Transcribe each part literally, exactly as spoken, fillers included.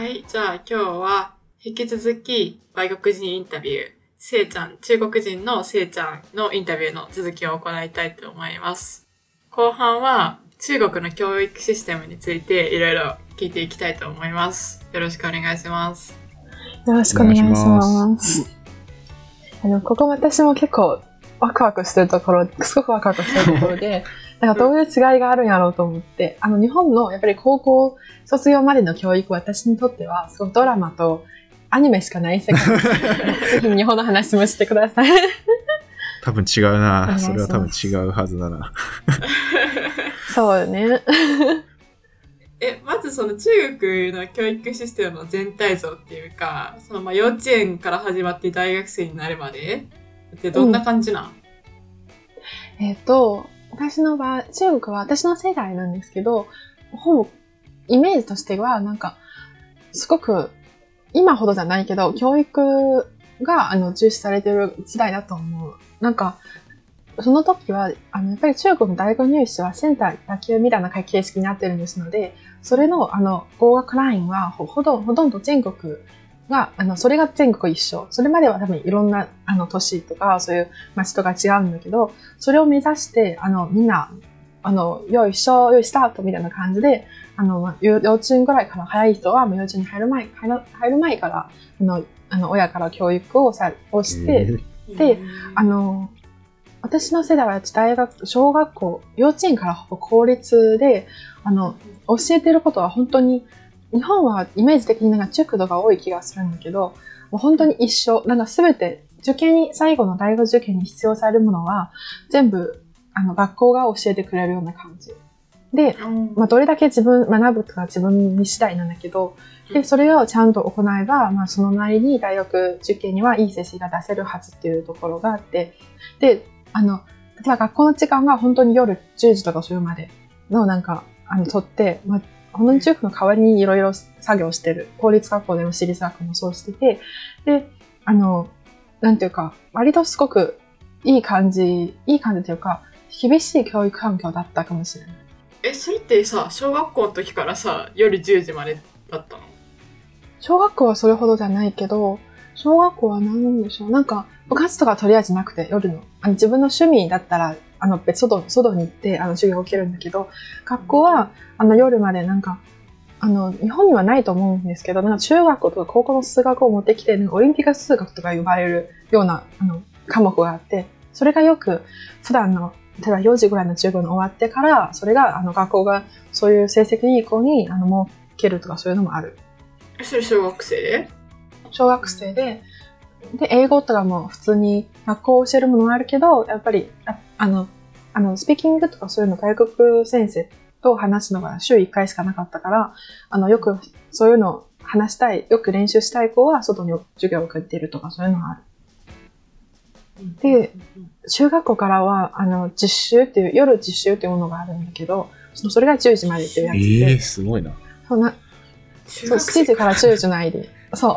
はい、じゃあ今日は引き続き外国人インタビュー、せいちゃん、中国人のせいちゃんのインタビューの続きを行いたいと思います。後半は中国の教育システムについていろいろ聞いていきたいと思います。よろしくお願いします。 よろしくお願いします。あのここ私も結構ワクワクしてるところ、すごくワクワクしてるところで、なんかどういう違いがあるんやろうと思って、あの日本のやっぱり高校卒業までの教育は私にとってはすごくドラマとアニメしかない世界です。ぜひ日本の話もしてください。 多分違うな。それは多分違うはずだな。 そうよね。 え、まずその中国の教育システムの全体像っていうか、そのまあ幼稚園から始まって大学生になるまでってどんな感じなん？ うん、えっと、私の場合、中国は私の世代なんですけど、ほぼイメージとしてはなんかすごく今ほどじゃないけど教育があの重視されている時代だと思う。なんかその時はあのやっぱり中国の大学入試はセンター野球みたいな形式になってるんですので、それのあの合格ラインはほほどほとんど全国があのそれが全国一緒。それまでは多分いろんなあの都市とかそういう町とか違うんだけど、それを目指してあのみんなあのよいしょよいスタートみたいな感じで、あの幼稚園ぐらいから早い人は幼稚園に入る前入る入る前からあのあの親から教育をさをして、であの私の世代は大学小学校幼稚園からほぼ公立であの教えてることは本当に日本はイメージ的になんか塾度が多い気がするんだけど、もう本当に一緒。なんか全て受験に、最後の大学受験に必要されるものは全部あの学校が教えてくれるような感じ。で、まあ、どれだけ自分学ぶとか自分に次第なんだけど、で、それをちゃんと行えば、まあ、そのなりに大学受験にはいい成績が出せるはずっていうところがあって、で、あの、例えば学校の時間が本当に夜じゅうじとかするまでのなんか、あの、取って、まあ本当に塾の代わりにいろいろ作業してる。公立学校でも私立学校もそうしてて、で、あの、なんていうか、割とすごくいい感じ、いい感じというか、厳しい教育環境だったかもしれない。 え、それってさ、小学校の時からさ、夜じゅうじまでだったの？ 小学校はそれほどじゃないけど、小学校は何でしょう、なんか部活とかとりあえずなくて、夜の、あの自分の趣味だったら、あの別外外に行ってあの授業を受けるんだけど、学校はあの夜までなんかあの日本にはないと思うんですけど、なんか中学校とか高校の数学を持ってきて、なんかオリンピック数学とか呼ばれるようなあの科目があって、それがよく普段の例えばよじぐらいの授業の終わってから、それがあの学校がそういう成績いい子にあの設けるとかそういうのもある。 それ小学生で？ 小学生で。で、英語とかも普通に学校を教えるものがあるけど、やっぱり、ああの、あの、スピーキングとかそういうの外国先生と話すのが週いっかいしかなかったから、あの、よくそういうのを話したい、よく練習したい子は外に授業を受けているとかそういうのがある。で、中学校からは、あの、実習っていう、夜実習っていうものがあるんだけど、それがじゅうじまでっていうやつで。 えー、すごいな。 そんな、そう、しちじからじゅうじの間で。そう。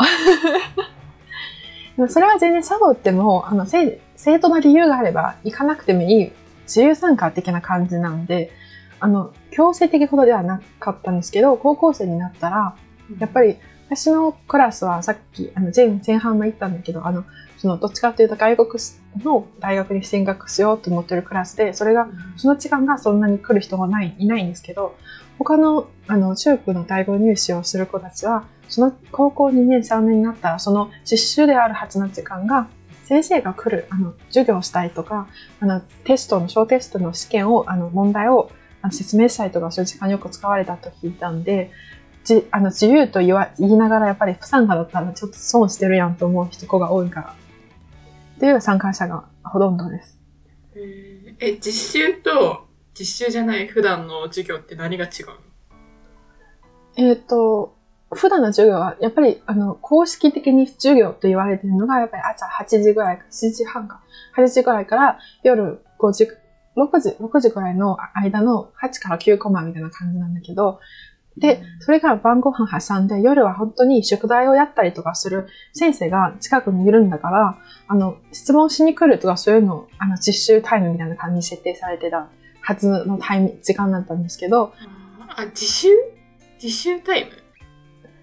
それは全然サボってもあの正当な理由があれば行かなくてもいい自由参加的な感じなんで、あの強制的ほどではなかったんですけど、高校生になったらやっぱり私のクラスはさっきあの 前, 前半も言ったんだけど、あのそのどっちかというと外国の大学に進学しようと思ってるクラスで、それがその時間がそんなに来る人がないいないんですけど、他のあの中国の大学入試をする子たちはその高校にねんさんねんになったら、その実習であるはずの時間が先生が来るあの授業をしたいとか、あのテストの小テストの試験をあの問題をあの説明したいとか、そういう時間よく使われたと聞いたんで、じあの自由と言わ言いながらやっぱり不参加だったらちょっと損してるやんと思う人が多いからっていう参加者がほとんどです。 え、実習と実習じゃない普段の授業って何が違うの？えっと普段の授業はやっぱりあの公式的に授業と言われているのがやっぱり朝はちじぐらい、しちじはんかはちじぐらいから夜ごじ、ろくじ、ろくじぐらいの間のはちからきゅうコマみたいな感じなんだけど、で、それから晩ご飯挟んで夜は本当に宿題をやったりとかする先生が近くにいるんだから、あの質問しに来るとかそういうのをあの実習タイムみたいな感じに設定されてたはずのタイム時間だったんですけど、 あ、実習実習タイム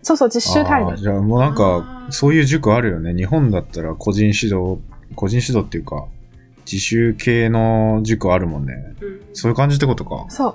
そうそう、実習単位で。 じゃあもうなんか、そういう塾あるよね。日本だったら個人指導、個人指導っていうか、自習系の塾あるもんね。うん、そういう感じってことか。 そう。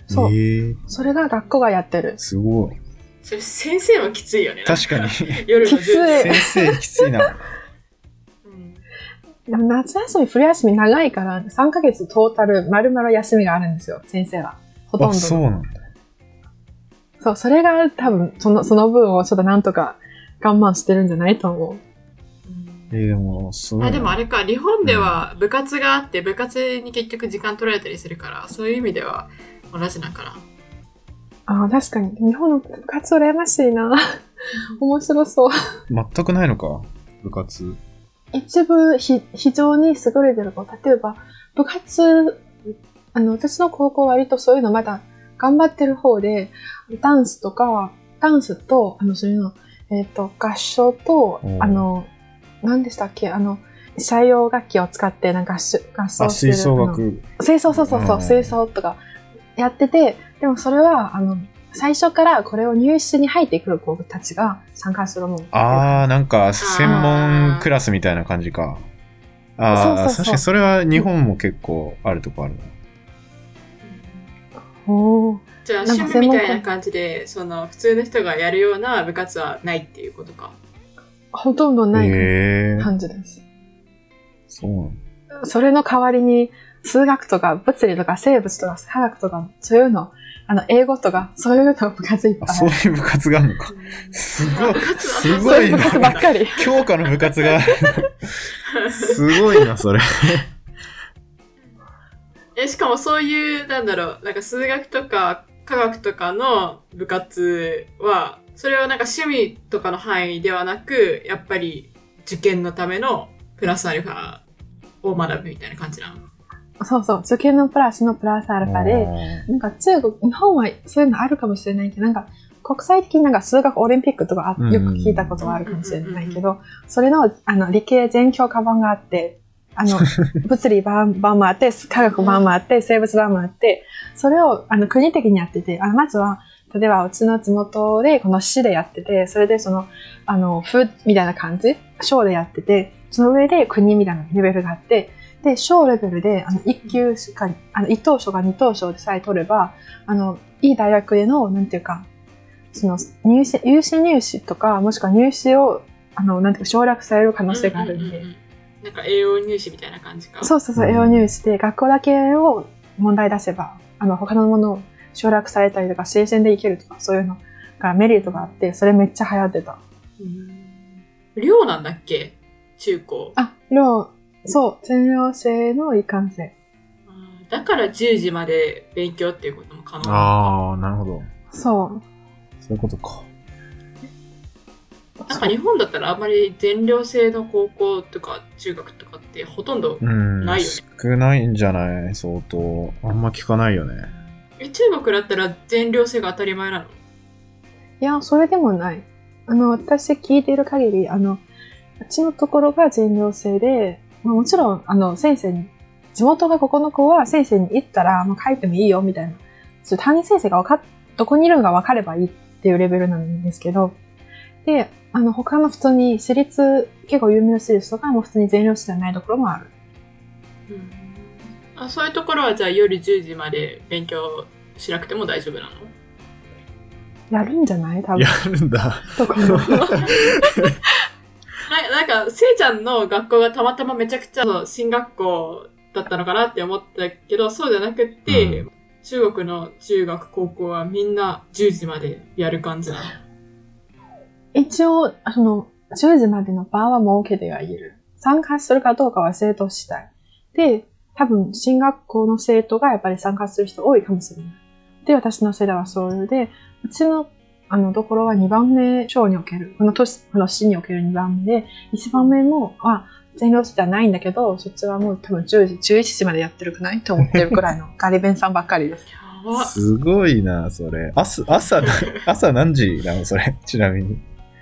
そう。えー、それが学校がやってる。 すごい。 それ先生はきついよね。 確かに。 夜のじゅうじ。 先生きついな。 うん、でも夏休み、冬休み長いから、さんかげつトータル丸々休みがあるんですよ、先生は。ほとんど。あ、 そうなんだ。 そう、それが多分、その、その分をちょっとなんとか我慢してるんじゃないと思う。 えー、でも、そう。 あ、でもあれか、日本では部活があって、部活に結局時間取られたりするから、そういう意味では同じなんかな。 ああ、確かに。日本の部活羨ましいな。面白そう。 全くないのか、部活。 一部ひ、非常に優れてる子。例えば、部活、あの、私の高校は割とそういうのまだ頑張ってる方で、ダンスとか、ダンスと、あの、そういうの、えっと、合唱と、あの、何でしたっけ、あの、社用楽器を使って、なんか合唱、合奏してる。 吹奏楽。 吹奏、そうそうそう、吹奏とかやってて、でもそれは、あの、最初からこれを入試に入ってくる子たちが参加するもん。 ああ、なんか専門クラスみたいな感じか。ああ、確かにそれは日本も結構あるとこあるな。 おー。 じゃあ趣味みたいな感じで、その普通の人がやるような部活はないっていうことか。 ほとんどない感じです。 そうなんだ。 それの代わりに数学とか物理とか生物とか科学とかそういうの、あの英語ととかそういうの部活いっぱい。 そういう部活があるのか。すごい、すごいな。 部活ばっかり。 教科の部活がすごいなそれ。 え、しかもそういうなんだろう、なんか数学とか科学とかの部活は。それはなんか趣味とかの範囲ではなく、やっぱり受験のためのプラスアルファを学ぶみたいな感じなの？ そうそう、受験のプラスのプラスアルファで、なんか中国、日本はそういうのあるかもしれないけど、なんか国際的になんか数学オリンピックとかよく聞いたことがあるかもしれないけど、それのあの理系全教科版があって、あの物理版版もあって、科学版もあって、生物版もあって、それをあの国的にやってて、あまずは例えばうちの地元でこの市でやってて、それでそのあの府みたいな感じ、省でやってて、その上で国みたいなレベルがあって、で省レベルであのいっ級しかあのいち等賞かに等賞でさえ取れば、あのいい大学でのなんていうかその入試有志入試とかもしくは入試をあのなんていうか省略される可能性があるんで、うんうんうん、 なんか栄養入試みたいな感じか。 そうそうそう、栄養入試で学校だけを問題出せばあの他のものを省略されたりとか推薦でいけるとかそういうのがメリットがあって、それめっちゃ流行ってた。 うん、寮なんだっけ？中高。 あ、寮、そう、全寮制の一貫性。 だからじゅうじまで勉強っていうことも可能なのか。 ああ、なるほど。 そう。 そういうことか。 なんか日本だったらあんまり全寮制の高校とか中学とかってほとんどないよね。 少ないんじゃない？相当。あんま聞かないよね。 え、中国だったら全寮制が当たり前なの？ いや、それでもない。あの、私聞いている限り、あの、うちのところが全寮制で、まあ、もちろん、あの、先生に、地元がここの子は先生に行ったら、まあ、書いてもいいよ、みたいな。そう担任先生がわかっ、どこにいるのかわかればいいっていうレベルなんですけど、で、あの、他の普通に私立、結構有名な私立とかも普通に全寮制じゃないところもある。 うん、あ、そういうところはじゃあ夜じゅうじまで勉強しなくても大丈夫なの？ やるんじゃない？多分。 やるんだ。 とかも。 なんか、せいちゃんの学校がたまたまめちゃくちゃ進学校だったのかなって思ったけど、そうじゃなくて、うん、中国の中学高校はみんなじゅうじまでやる感じなの？ 一応、その、じゅうじまでの場は設けてはいる。参加するかどうかは生徒次第。で、多分、進学校の生徒がやっぱり参加する人多いかもしれない。で、私の世代はそういうで、うちのあの、ところはにばんめ省における、この都市、この市におけるにばんめで、いちばんめも、は、全寮制じゃないんだけど、そっちはもう多分じゅうじ、じゅういちじまでやってるくないと思ってるくらいのガリ弁さんばっかりです。 すごいな、それ。朝、朝、朝何時なのそれ、ちなみに。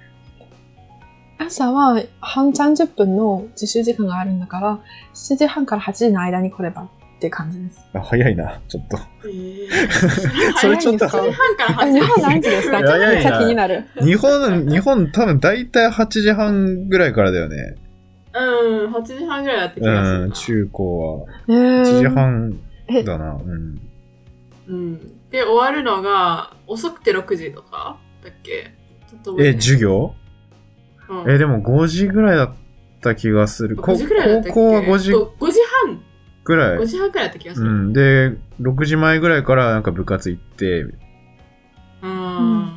朝は半さんじゅっぷんの自習時間があるんだから、しちじはんからはちじの間に来ればっていう感じです。 あ、早いな、ちょっと。 えー、 それちょっとはちじはんからはちじ。 日本何時ですか？めっちゃ気になる。 日本、日本多分大体はちじはんぐらいからだよね。 うん、はちじはんぐらいだった気がするな。 うん、中高は。 えー、 はちじはんだな。うん。 うん。で、終わるのが、遅くてろくじとかだっけ？ちょっとえ、授業？うん、え、でもごじぐらいだった気がする。 ごじぐらいだったっけ？ 高校はごじ。 ごじはんぐらい。 ごじはんぐらいだった気がする。 うん。で、ろくじまえぐらいからなんか部活行って、 うん。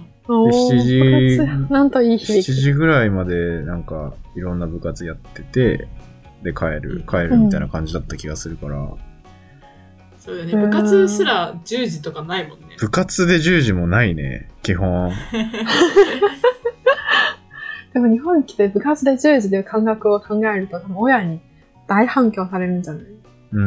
で、しちじ、 なんといい響き。 しちじぐらいまでなんかいろんな部活やってて、で帰る、帰るみたいな感じだった気がするから。うん、 そうだね。部活すらじゅうじとかないもんね。 部活でじゅうじもないね、基本。 でも日本に来て部活でじゅうじという感覚を考えると、多分親に大反響されるんじゃない？ うん。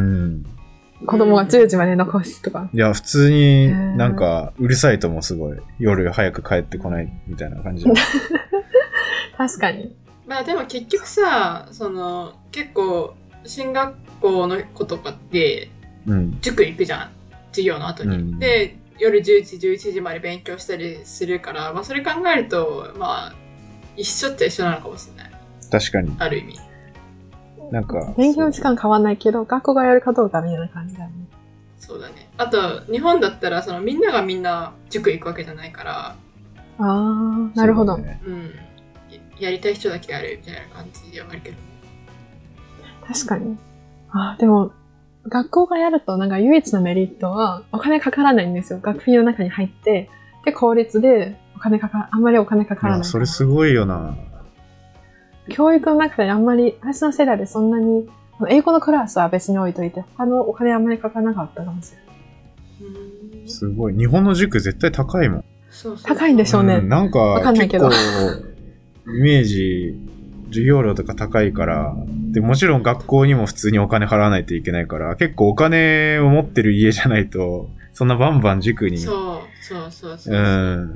子供がじゅうじまで残すとか。 いや、普通になんかうるさいともすごい夜早く帰ってこないみたいな感じ。 確かに。 まあでも結局さ、その結構進学校の子とかって塾行くじゃん、うん、授業の後に、うん、で夜じゅうじ、じゅういちじまで勉強したりするから、まあそれ考えるとまあ一緒っちゃ一緒なのかもしれない。 確かに。 ある意味。 なんか勉強時間変わんないけど学校がやるかどうかみたいな感じだよね。 そうだね。あと日本だったらそのみんながみんな塾行くわけじゃないから。 ああ、なるほど。うね、 うん。やりたい人だけやるみたいな感じではあるけど。 確かに。あ、でも学校がやるとなんか唯一のメリットはお金かからないんですよ。学費の中に入ってで公立でお金かかあんまりお金かからない。いやそれすごいよな。 教育の中であんまり、私の世代でそんなに、英語のクラスは別に置いといて、他のお金あんまりかからなかったかもしれない。 すごい。日本の塾絶対高いもん。 そうそう高いんでしょうね。 うん、なんか、わかんないけど。結構、イメージ、授業料とか高いから、で、もちろん学校にも普通にお金払わないといけないから、結構お金を持ってる家じゃないと、そんなバンバン塾に、 そう、そうそうそう。 うん、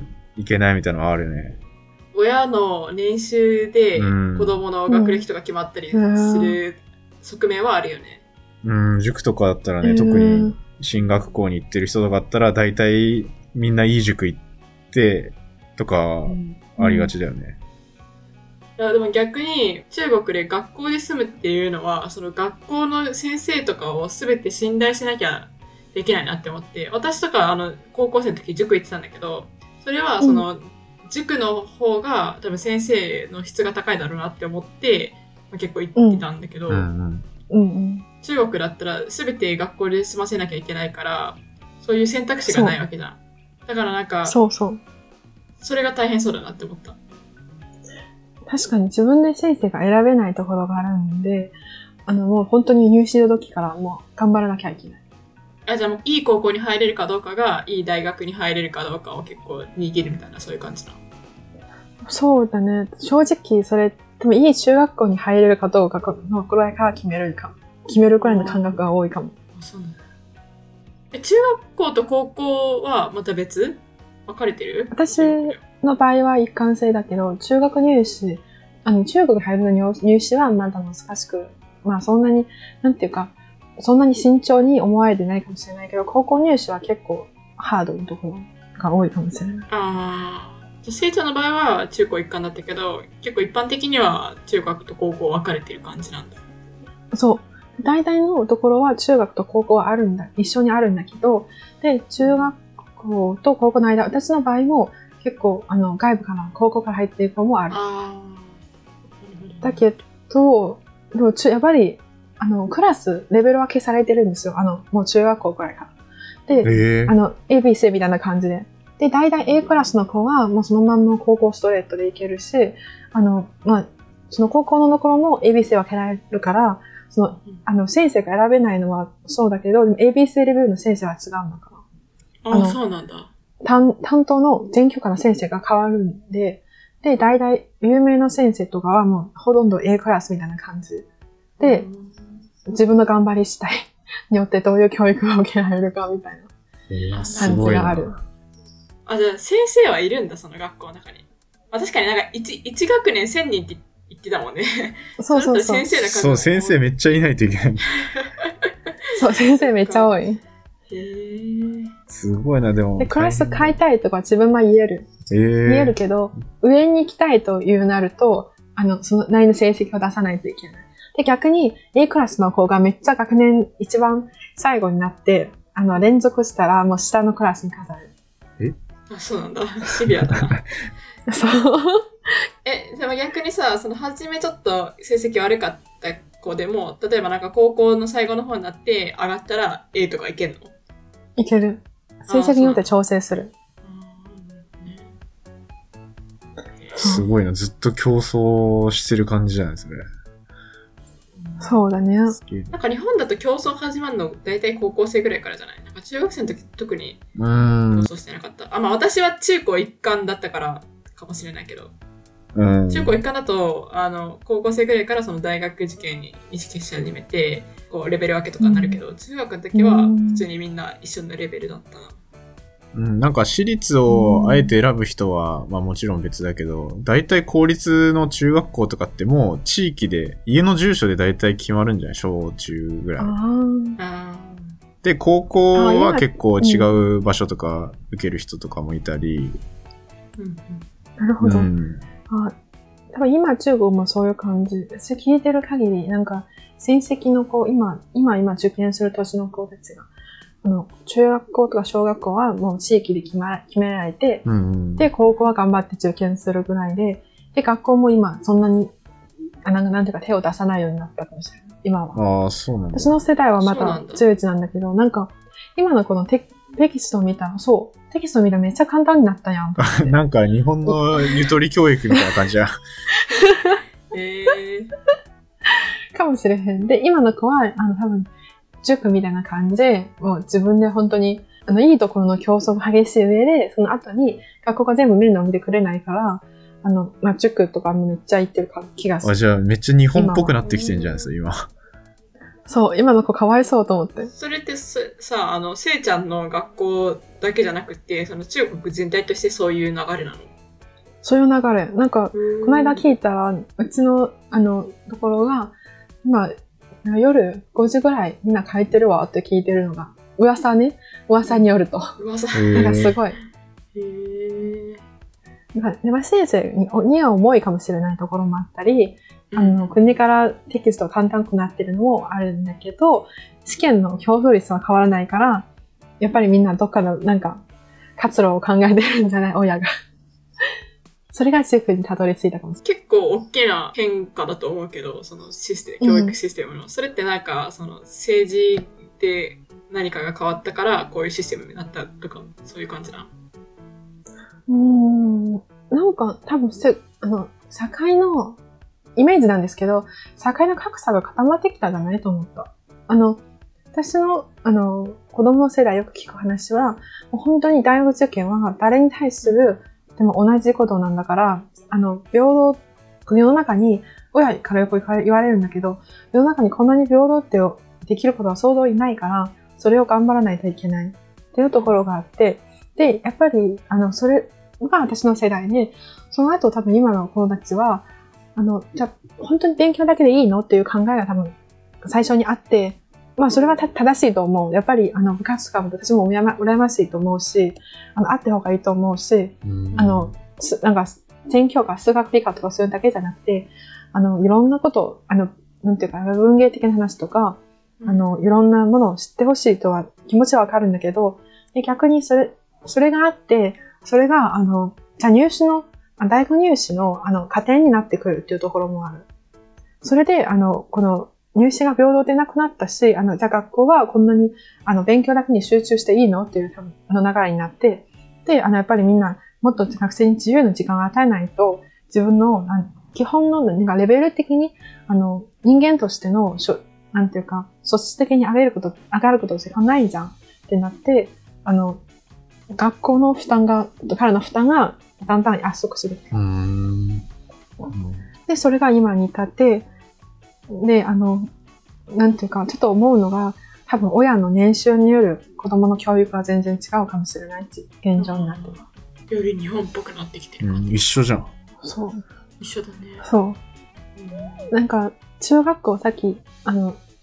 行けないみたいなのはあるね。 親の年収で子供の学歴とか決まったりする側面はあるよね。 うん、うん、塾とかだったらね、特に進学校に行ってる人とかだったら、大体みんないい塾行ってとかありがちだよね。 いやでも逆に中国で学校で住むっていうのは、その学校の先生とかを全て信頼しなきゃできないなって思って、私とかあの高校生の時塾行ってたんだけど、それはその、うん塾の方が多分先生の質が高いだろうなって思って、まあ、結構行ってたんだけど、 うんうん、 中国だったら全て学校で済ませなきゃいけないから、そういう選択肢がないわけじゃん。だからなんか、 そうそう。 それが大変そうだなって思った。 確かに自分で先生が選べないところがあるんで、あのもう本当に入試の時からもう頑張らなきゃいけない。 あ、じゃあもういい高校に入れるかどうかがいい大学に入れるかどうかを結構握るみたいな、そういう感じなの。 そうだね。正直それでもいい中学校に入れるかどうかのくらいから決めるか決めるくらいの感覚が多いかも。 あ、そうなんだ。え、中学校と高校はまた別？分かれてる？ 私の場合は一貫性だけど、中学入試、あの中国に入るの入試はまだ難しく、まあそんなになんていうか。そんなに慎重に思われてないかもしれないけど、高校入試は結構ハードなところが多いかもしれない。 ああ、生徒の場合は中高一貫だったけど、結構一般的には中学と高校分かれてる感じなんだ。 そう。大体のところは中学と高校はあるんだ、一緒にあるんだけど、で、中学校と高校の間、私の場合も結構あの外部から高校から入っている子もある。 あだけど、でもやっぱりあの、クラス、レベル分けされてるんですよ。あの、もう中学校くらいから。で、えー、あの、エービーシー みたいな感じで。で、大体 A クラスの子は、もうそのまんま高校ストレートでいけるし、あの、まあ、その高校のところも エービーシー 分けられるから、その、あの、先生が選べないのはそうだけど、でも エービーシー レベルの先生は違うんだから。 ああ、そうなんだ。 担、担当の全教科の先生が変わるんで、で、大体有名な先生とかはもうほとんど A クラスみたいな感じ。で、うん自分の頑張り次第によってどういう教育が受けられるかみたいな感じがある。 あ、じゃあ先生はいるんだ、その学校の中に。あ、確かになんか 1, 1学年せんにんって言ってたもんね。 そうそうそう。 先生だから。 そう、先生めっちゃいないといけない。 そう、先生めっちゃ多い。 へー。 すごいな、でも。 で、クラス変えたいとか自分は言える。 えー、 言えるけど、上に行きたいというなると、あの、そのなりの成績を出さないといけない。で、逆に A クラスの子がめっちゃ学年一番最後になって、あの、連続したらもう下のクラスに飾る。 えあ、そうなんだ。シビアだな。 そう。 え、でも逆にさ、その初めちょっと成績悪かった子でも、例えばなんか高校の最後の方になって上がったら A とかいけんの？ いける。成績によって調整する。 すごいな、ずっと競争してる感じじゃないですか。 そうだね。 なんか日本だと競争始まるの大体高校生ぐらいからじゃない？なんか中学生の時特に競争してなかった。あ、まあ私は中高一貫だったからかもしれないけど。 うん、 中高一貫だと、あの、高校生ぐらいからその大学受験に意識し始めて、こうレベル分けとかになるけど、うん、中学の時は普通にみんな一緒のレベルだったな。 うん、なんか私立をあえて選ぶ人は、まあもちろん別だけど、大体公立の中学校とかってもう地域で、家の住所で大体決まるんじゃない？小中ぐらい。 あで、高校は結構違う場所とか受ける人とかもいたり。 うんうん、なるほど。うん、あ、多分今中国もそういう感じ。私聞いてる限り、なんか親戚の子、今、今今受験する年の子たちが、あの中学校とか小学校はもう地域で決め、決められて、うんうん、で、高校は頑張って受験するぐらいで、で、学校も今そんなに、あ、なんか、なんていうか手を出さないようになったかもしれない。今は。 ああ、そうなんだ。 私の世代はまた中一なんだけど、なんか、今のこのテテキストを見たら、そう、テキストを見たらめっちゃ簡単になったやん。 なんか日本のゆとり教育みたいな感じや。 えー、かもしれへん。で、今の子は、あの、多分、塾みたいな感じで、もう自分で本当に、あの、いいところの競争が激しい上で、その後に学校が全部面倒見てくれないから、あの、まあ、塾とかめっちゃ行ってる気がする。 あ、じゃあめっちゃ日本っぽくなってきてるんじゃないですか、今。 そう、今の子かわいそうと思って。 それってさ、あの、せいちゃんの学校だけじゃなくて、その中国全体としてそういう流れなの？ そういう流れ。なんか、この間聞いたら、うちの、あの、ところが、今、夜ごじぐらいみんな帰ってるわって聞いてるのが、噂ね。噂によると。 噂。 なんかすごい。へー。 なんか、山先生にには重いかもしれないところもあったり、あの、国からテキストが簡単くなってるのもあるんだけど、試験の競争率は変わらないから、やっぱりみんなどっかのなんか活路を考えてるんじゃない？親が。それが塾にたどり着いたかもしれない。 結構大きな変化だと思うけど、そのシステム、教育システムの。うん、それってなんか、その政治で何かが変わったからこういうシステムになったとか、そういう感じな。 うーん。なんか多分せ、あの、社会のイメージなんですけど、社会の格差が固まってきたんじゃないと思った。あの、私の、あの、子供の世代よく聞く話は、もう本当に大学受験は誰に対する、でも同じことなんだから、あの、平等、世の中に、親からよく言われるんだけど、世の中にこんなに平等ってできることは想像いないから、それを頑張らないといけないっていうところがあって、で、やっぱり、あの、それが私の世代で、その後多分今の子たちは、あの、じゃ本当に勉強だけでいいのっていう考えが多分最初にあって、まあそれは正しいと思う。やっぱりあの部活とかも私も羨ま、羨ましいと思うし、あの、あって方がいいと思うし、あの、なんか全教科、数学理科とかそういうだけじゃなくて、あの、いろんなこと、あの、なんていうか、文芸的な話とか、あの、いろんなものを知ってほしいとは気持ちはわかるんだけど、で逆にそれ、それがあって、それが、あの、じゃあ入試の、大学入試の、あの、加点になってくるっていうところもある。それで、あの、この、入試が平等でなくなったし、あの、じゃあ学校はこんなに、あの、勉強だけに集中していいのっていう、あの、流れになって、で、あの、やっぱりみんな、もっと学生に自由な時間を与えないと、自分の、基本の、なんかレベル的に、あの、人間としての、なんていうか、素質的に上げること、上がることがないじゃんってなって、あの、学校の負担が、彼の負担がだんだん圧縮する。 うーんで、それが今に至って、で、あの、なんていうか、ちょっと思うのが、多分親の年収による子供の教育は全然違うかもしれないって現状になってます。 より日本っぽくなってきてる感じ、 うん、一緒じゃん。 そう。 一緒だね。 そう。うん、なんか、中学校さっき、あの、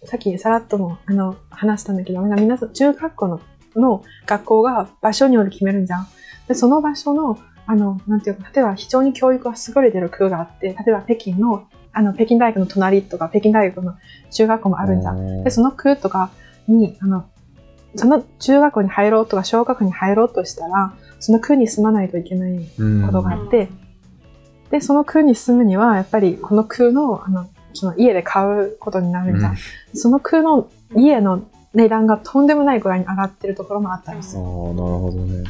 さっきさらっともあの話したんだけど、皆さん中学校のの学校が場所による決めるんじゃん。で、その場所の、あの、なんていうか、例えば非常に教育が優れてる区があって、例えば北京の、あの、北京大学の隣とか、北京大学の中学校もあるんじゃん。で、その区とかに、あの、その中学校に入ろうとか、小学校に入ろうとしたら、その区に住まないといけないことがあって、で、その区に住むには、やっぱりこの区の、あの、その家で買うことになるんじゃん。うん、その区の家の値段がとんでもないぐらいに上がってるところもあったりする。 ああ、なるほどね。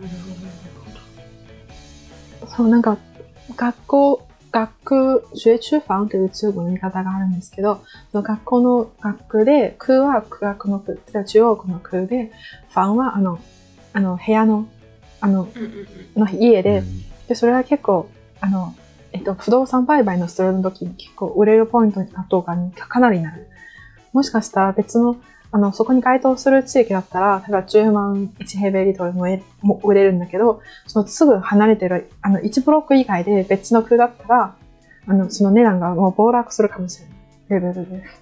そう、なんか、学校、学、学区房という中国の言い方があるんですけど、その学校の学区で、区は区学の区、中央区の区で、房はあの、あの、部屋の、あの、の家で、で、それは結構、あの、えっと、不動産売買のするときに結構売れるポイントとかにかなりなる。もしかしたら別の、あの、そこに該当する地域だったら、例えばじゅうまんいち平米リットルも売れるんだけど、そのすぐ離れてる、あの、いちブロック以外で別の区だったら、あの、その値段がもう暴落するかもしれないレベルです。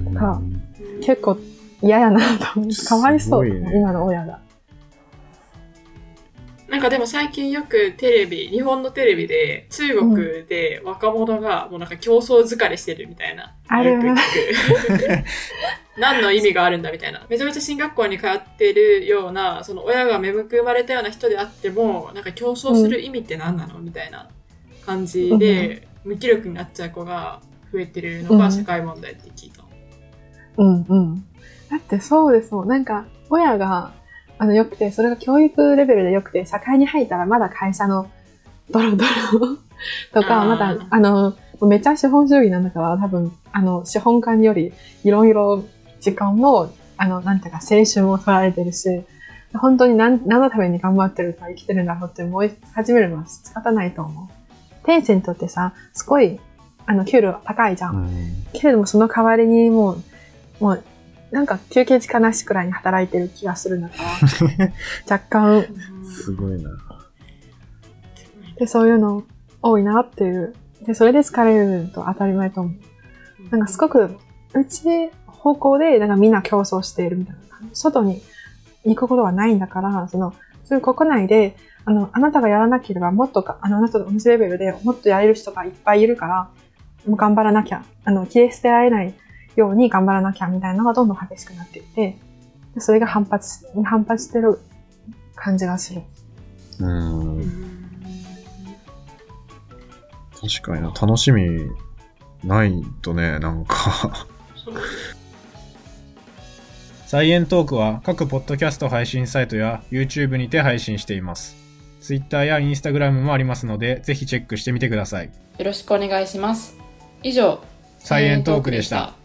だから結構嫌やなと思って、かわいそう、ね、今の親が。 なんかでも最近よくテレビ、日本のテレビで中国で若者がもうなんか競争疲れしてるみたいな。 あるよく聞く。何の意味があるんだみたいな。めちゃめちゃ進学校に通ってるような、その親が芽生まれたような人であっても、なんか競争する意味って何なのみたいな感じで、無気力になっちゃう子が増えてるのが社会問題って聞いた。 うんうん。だってそうですもん。なんか親が、あの、良くて、それが教育レベルで良くて、社会に入ったらまだ会社のドロドロとか、まだ、あの、めっちゃ資本主義なんだから、多分、あの、資本家により、いろいろ時間も、あの、なんていうか、青春も取られてるし、本当に何、何のために頑張ってるか生きてるんだろうって思い始めるのは仕方ないと思う。テンセントってさ、すごい、あの、給料高いじゃん。うん、けれども、その代わりにもう、もう、なんか休憩時間なしくらいに働いてる気がするんだから若干すごいな。 でそういうの多いなっていう。でそれで疲れると当たり前と思う。なんかすごくうち方向でなんかみんな競争しているみたいな。外に行くことはないんだから、そのそういう国内であのあなたがやらなければもっとかあのあなたと同じレベルでもっとやれる人がいっぱいいるから、もう頑張らなきゃあの切り捨てられないように頑張らなきゃみたいなのがどんどん激しくなっていて、それが反発に反発してる感じがする。 うーん。確かにな、楽しみないとね、なんかサイエントークは各ポッドキャスト配信サイトや YouTube にて配信しています。Twitter や Instagram もありますので、ぜひチェックしてみてください。 よろしくお願いします。以上、 サイエントークでした。